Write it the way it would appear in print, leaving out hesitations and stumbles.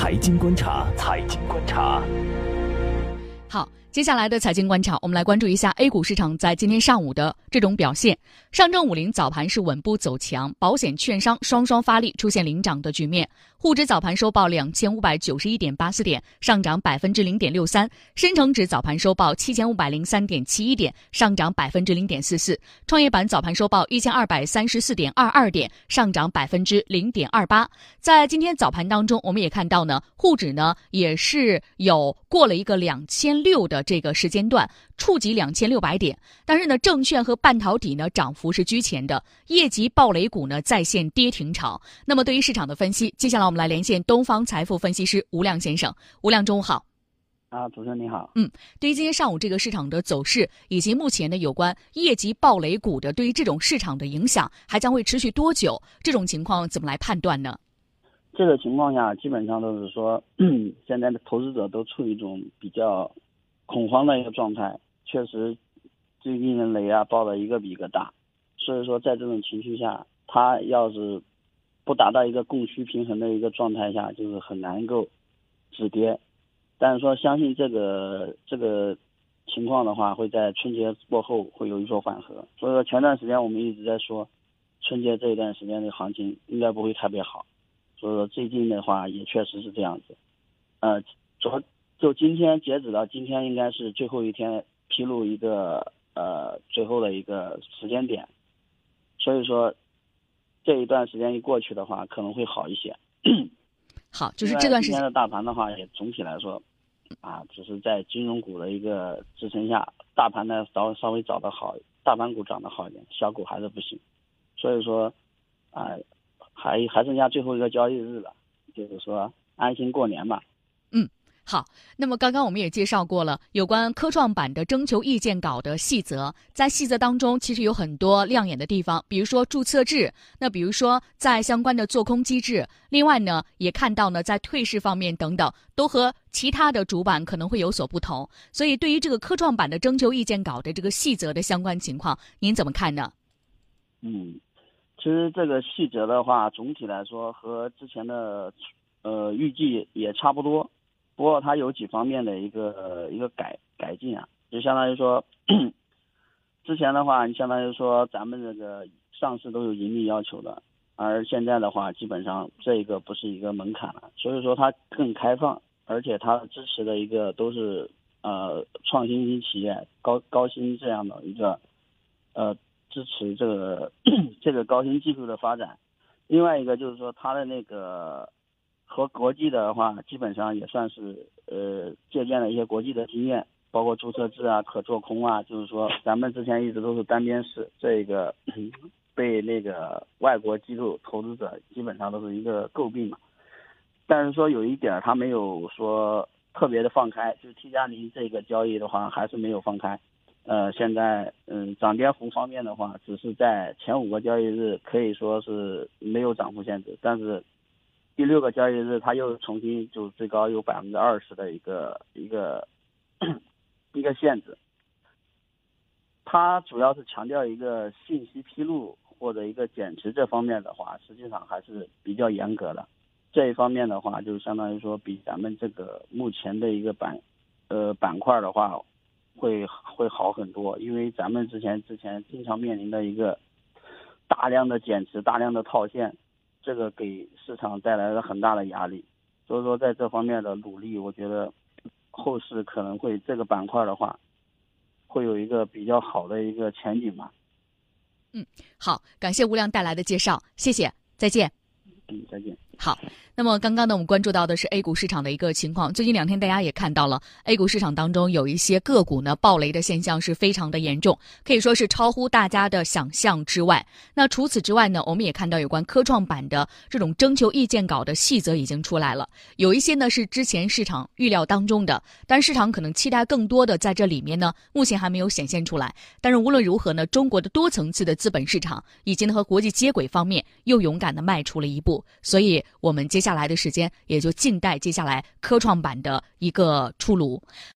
财经观察，财经观察。 好，接下来的财经观察，我们来关注一下 A 股市场在今天上午的这种表现。上证50早盘是稳步走强，保险、券商双双发力，出现领涨的局面。沪指早盘收报2591.84点，上涨0.63%；深成指早盘收报7503.71点，上涨0.44%；创业板早盘收报1234.22点，上涨0.28%。在今天早盘当中，我们也看到呢，沪指呢也是有过了一个2600的这个时间段，触及2600点，但是呢，证券和半导体呢涨幅是居前的，业绩暴雷股呢再现跌停潮。那么对于市场的分析，接下来我们来连线东方财富分析师吴亮先生。吴亮，中午好。 主持人你好。 对于今天上午这个市场的走势，以及目前的有关业绩暴雷股的对于这种市场的影响，还将会持续多久？这种情况怎么来判断呢？ 这个情况下，基本上都是说，现在的投资者都处于一种比较恐慌的一个状态。确实，最近的雷爆的一个比一个大，所以说在这种情绪下，它要是不达到一个供需平衡的一个状态下，就是很难够止跌。但是说相信这个情况的话，会在春节过后会有一所缓和。所以说前段时间我们一直在说，春节这一段时间的行情应该不会特别好。所以说最近的话也确实是这样子。就今天截止到今天应该是最后一天披露一个最后的一个时间点。所以说这一段时间一过去的话可能会好一些。 好，就是这段时间今天的大盘的话也总体来说只是在金融股的一个支撑下，大盘呢稍微找得好，大盘股涨得好一点，小股还是不行。所以说还剩下最后一个交易日了，就是说安心过年吧。 好，那么刚刚我们也介绍过了有关科创板的征求意见稿的细则，在细则当中其实有很多亮眼的地方，比如说注册制，那比如说在相关的做空机制，另外呢也看到呢在退市方面等等，都和其他的主板可能会有所不同。所以对于这个科创板的征求意见稿的这个细则的相关情况，您怎么看呢？ 其实这个细则的话，总体来说和之前的预计也差不多，不过它有几方面的一个改进就相当于说，之前的话，你相当于说咱们这个上市都有盈利要求的，而现在的话，基本上这个不是一个门槛了，所以说它更开放，而且它支持的一个都是创新型企业、高新这样的一个支持这个高新技术的发展。另外一个就是说它的那个和国际的话，基本上也算是借鉴了一些国际的经验，包括注册制可做空就是说咱们之前一直都是单边式，这个被那个外国机构投资者基本上都是一个诟病嘛。但是说有一点它没有说特别的放开，就是 T+0这个交易的话还是没有放开。现在涨跌幅方面的话，只是在前5个交易日可以说是没有涨幅限制，但是第6个交易日它又重新就最高有20%的一个限制。它主要是强调一个信息披露或者一个减持这方面的话，实际上还是比较严格的。这一方面的话，就相当于说比咱们这个目前的一个板块的话会好很多，因为咱们之前经常面临的一个大量的减持、大量的套现，这个给市场带来了很大的压力。所以说在这方面的努力，我觉得后市可能会这个板块的话会有一个比较好的一个前景吧。 好，感谢吴亮带来的介绍，谢谢，再见。 再见。 好，那么刚刚呢，我们关注到的是 A 股市场的一个情况。最近2天大家也看到了 A 股市场当中有一些个股呢暴雷的现象是非常的严重，可以说是超乎大家的想象之外。那除此之外呢，我们也看到有关科创板的这种征求意见稿的细则已经出来了，有一些呢是之前市场预料当中的，但市场可能期待更多的在这里面呢目前还没有显现出来。但是无论如何呢，中国的多层次的资本市场以及呢和国际接轨方面又勇敢的迈出了一步，所以我们接下来的时间也就静待接下来科创板的一个出炉。